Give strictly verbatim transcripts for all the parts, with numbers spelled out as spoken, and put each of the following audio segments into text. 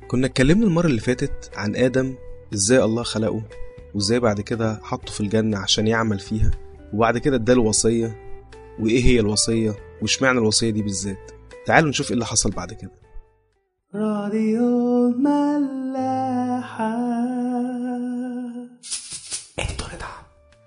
كنا اتكلمنا المرة اللي فاتت عن آدم، ازاي الله خلقه وازاي بعد كده حطه في الجنة عشان يعمل فيها، وبعد كده اداله وصية، وايه هي الوصية واشمعنى الوصية دي بالذات. تعالوا نشوف ايه اللي حصل بعد كده. راديو الملاحة. انتوا نتعب.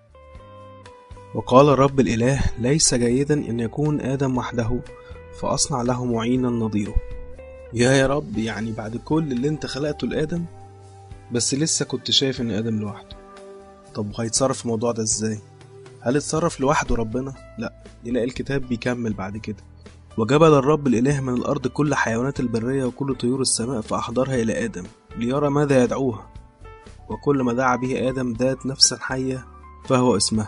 وقال الرب الإله: ليس جيدا ان يكون آدم وحده، فأصنع له معينا نظيره. يا يا رب، يعني بعد كل اللي انت خلقته لآدم بس لسه كنت شايف ان آدم لوحده. طب وهيتصرف في الموضوع ده ازاي؟ هل اتصرف لوحده ربنا؟ لا، يلاقي الكتاب بيكمل بعد كده: وجبل الرب الإله من الأرض كل حيوانات البرية وكل طيور السماء فأحضرها إلى آدم ليرى ماذا يدعوها، وكل ما دعا به آدم ذات نفسا حية فهو اسمها.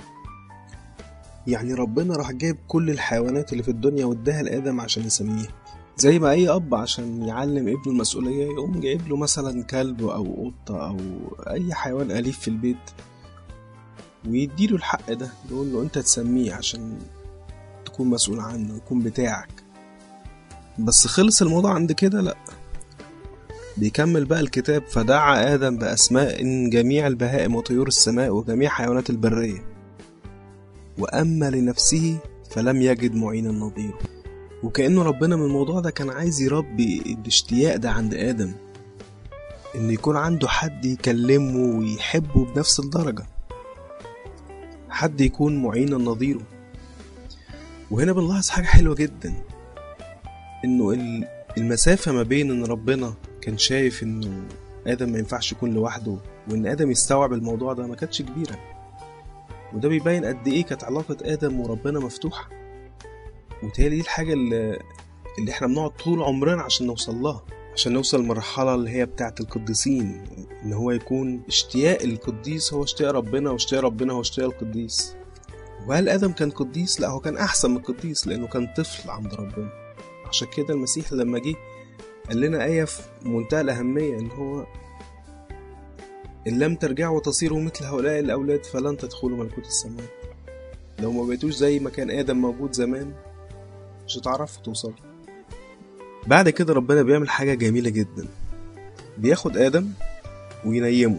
يعني ربنا راح جايب كل الحيوانات اللي في الدنيا واداها لآدم عشان يسميها، زي ما أي أب عشان يعلم ابنه المسؤولية يقوم جايب له مثلا كلب أو قطة أو أي حيوان أليف في البيت ويديله الحق ده، يقول له أنت تسميه عشان تكون مسؤول عنه، يكون بتاعك. بس خلص الموضوع عند كده؟ لأ، بيكمل بقى الكتاب: فدعا آدم بأسماء جميع البهائم وطيور السماء وجميع حيوانات البرية، وأما لنفسه فلم يجد معينا نظيره. وكأنه ربنا من الموضوع ده كان عايز يربي الاشتياق ده عند آدم، إن يكون عنده حد يكلمه ويحبه بنفس الدرجة، حد يكون معينا نظيره. وهنا بنلاحظ حاجة حلوة جدا، إنه المسافة ما بين إن ربنا كان شايف إنه آدم ما ينفعش يكون لوحده وإن آدم يستوعب الموضوع ده ما كانتش كبيرة. وده بيبين قد إيه كانت علاقة آدم وربنا مفتوحة. وتالي دي الحاجة اللي, اللي إحنا بنقعد طول عمرنا عشان نوصل لها، عشان نوصل للمرحلة اللي هي بتاعة القديسين، إن هو يكون اشتياق القديس هو اشتياق ربنا واشتياق ربنا هو اشتياق القديس. وهل آدم كان قديس؟ لا، هو كان أحسن من القديس لأنه كان طفل عند ربنا. عشان كده المسيح لما جه قال لنا آية في منتهى الأهمية، إن هو إن لم ترجعوا وتصيروا مثل هؤلاء الأولاد فلن تدخلوا ملكوت السماء. لو ما بقيتوش زي ما كان آدم موجود زمان مش هتعرفوا توصلوا. بعد كده ربنا بيعمل حاجة جميلة جدا، بياخد آدم وينيمه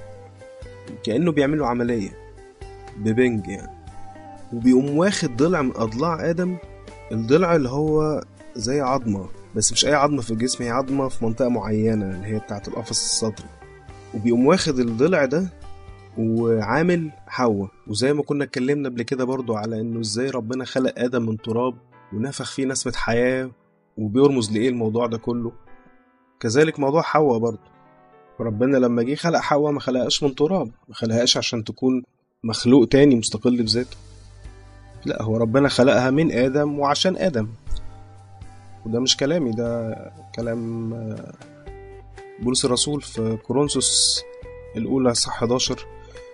كأنه بيعمله عملية ببنج يعني، وبيقوم واخد ضلع من أضلاع آدم، الضلع اللي هو زي عظمة، بس مش أي عظمة في الجسم، هي عظمة في منطقة معينة اللي هي بتاعة القفص الصدري. وبيقوم واخد الضلع ده وعامل حواء. وزي ما كنا اتكلمنا قبل كده برضو على إنه إزاي ربنا خلق آدم من تراب ونفخ فيه نسمة حياة، وبيرمز لإيه الموضوع ده كله. كذلك موضوع حواء برضو، ربنا لما جه خلق حواء ما خلقهاش من تراب، ما خلقهاش عشان تكون مخلوق تاني مستقل بذاته، لا، هو ربنا خلقها من آدم وعشان آدم. وده مش كلامي، ده كلام بولس الرسول في كورنثوس الأولى صح إحدى عشر: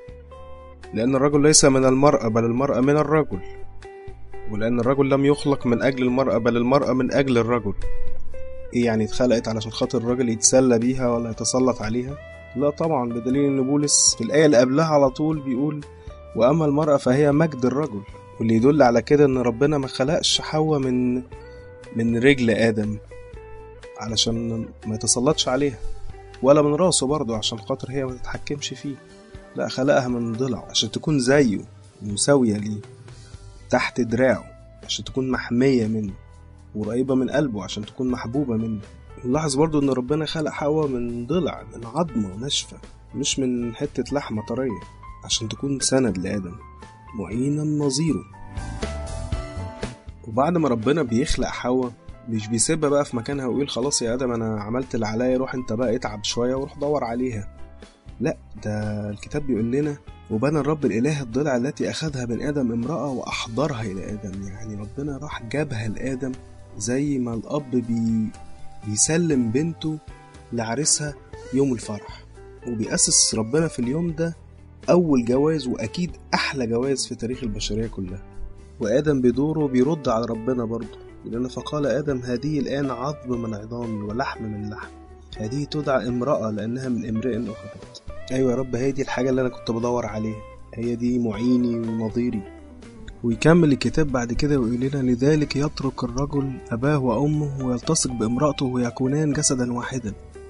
لأن الرجل ليس من المرأة بل المرأة من الرجل، ولأن الرجل لم يخلق من أجل المرأة بل المرأة من أجل الرجل. إيه يعني اتخلقت علشان خاطر الرجل يتسلى بيها ولا يتسلط عليها؟ لا طبعا، بدليل إن بولس في الآية اللي قبلها على طول بيقول: وأما المرأة فهي مجد الرجل. واللي يدل على كده إن ربنا ما خلقش حواء من من رجل آدم علشان ما يتسلطش عليها، ولا من راسه برضو عشان خاطر هي ما تتحكمش فيه، لا، خلقها من ضلع عشان تكون زيه مساوية ليه، تحت دراعه عشان تكون محمية منه، وقريبة من قلبه عشان تكون محبوبة منه. نلاحظ برضو ان ربنا خلق حواء من ضلع، من عظمة ناشفة، مش من حتة لحمة طرية، عشان تكون سند لآدم معينا نظيره. وبعد ما ربنا بيخلق حواء مش بيسيبها بقى في مكانها ويقول خلاص يا آدم أنا عملت اللي عليا، روح انت بقى اتعب شوية وروح دور عليها. لا، ده الكتاب بيقول لنا: وبنى الرب الإله الضلع التي أخذها من آدم امرأة وأحضرها إلى آدم. يعني ربنا راح جابها لآدم زي ما الأب بي بيسلم بنته لعريسها يوم الفرح، وبيأسس ربنا في اليوم ده أول جواز وأكيد أحلى جواز في تاريخ البشرية كلها. وآدم بدوره بيرد على ربنا برضه، لأن فقال آدم: هذه الآن عظم من عظام ولحم من لحم، هذه تدعى امرأة لأنها من امرئ أخذت. أيوة يا رب، هي دي الحاجة اللي أنا كنت بدور عليها، هي دي معيني ونظيري. ويكمل الكتاب بعد كده ويقول لنا: لذلك يترك الرجل أباه وأمه ويلتصق بامرأته ويكونان جسدا واحدا.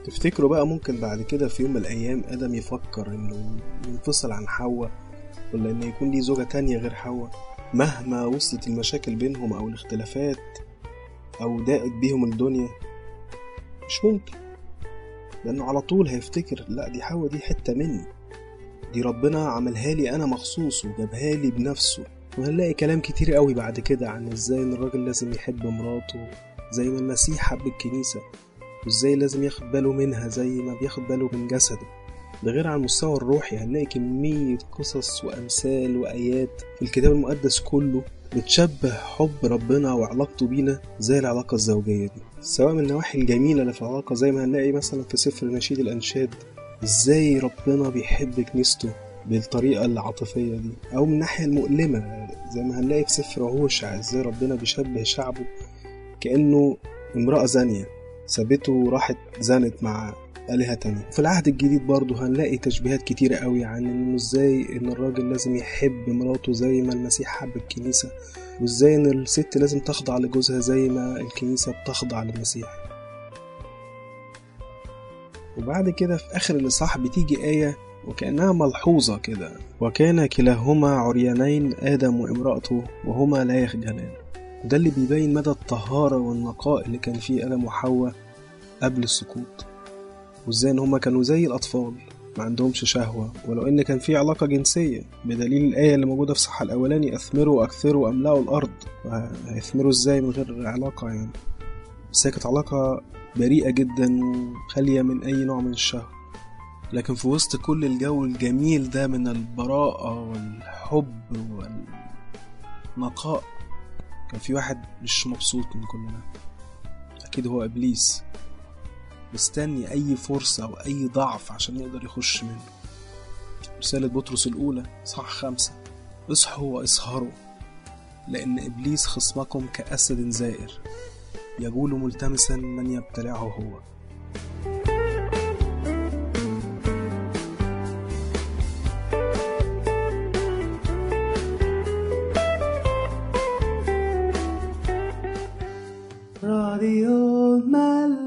تفتكروا بقى ممكن بعد كده في يوم من الأيام آدم يفكر إنه ينفصل عن حواء، ولا إنه يكون ليه زوجة تانية غير حواء مهما وصلت المشاكل بينهم أو الاختلافات أو ضاقت بيهم الدنيا؟ مش ممكن، لأنه على طول هيفتكر لا دي حواء دي حتة مني، دي ربنا عملها لي أنا مخصوص وجابها لي بنفسه. وهنلاقي كلام كتير قوي بعد كده عن إزاي إن الراجل لازم يحب مراته زي ما المسيح حب الكنيسة، وإزاي لازم ياخد باله منها زي ما بياخد باله من جسده. ده غير على المستوى الروحي هنلاقي كمية قصص وأمثال وآيات في الكتاب المقدس كله بتشبه حب ربنا وعلاقته بينا زي العلاقة الزوجية دي، سواء من النواحي الجميلة اللي في العلاقة زي ما هنلاقي مثلا في سفر نشيد الأنشاد إزاي ربنا بيحب كنيسته بالطريقة العاطفية دي، أو من الناحية المؤلمة زي ما هنلاقي في سفر هوشع إزاي ربنا بيشبه شعبه كأنه امرأة زانية سابته وراحت زانت مع آلهة تانية. في العهد الجديد برضو هنلاقي تشبيهات كتيرة قوي عن إنه إزاي إن الراجل لازم يحب مراته زي ما المسيح حب الكنيسة، وإزاي إن الست لازم تخضع لجوزها زي ما الكنيسة بتخضع للمسيح. وبعد كده في آخر الإصحاح بتيجي آية وكأنها ملحوظة كده: وكان كلاهما عريانين آدم وامرأته وهما لا يخجلان. ده اللي بيبين مدى الطهارة والنقاء اللي كان فيه آدم وحواء قبل السقوط، وإزاي إن هما كانوا زي الأطفال ما عندهمش شهوة، ولو إن كان فيه علاقة جنسية بدليل الآية اللي موجودة في الصح الأولاني: أثمروا وأكثروا وأملأوا الأرض. هيثمروا إزاي من غير علاقة يعني؟ بس هي كانت علاقة بريئة جدا وخالية من أي نوع من الشهوة. لكن في وسط كل الجو الجميل ده من البراءة والحب والنقاء كان في واحد مش مبسوط من كل ده، أكيد هو إبليس، مستني أي فرصة أو أي ضعف عشان يقدر يخش منه. رسالة بطرس الأولى صح خمسة: اصحوا واسهروا لأن إبليس خصمكم كأسد زائر يجول ملتمسا من يبتلعه هو. راديو الملاح.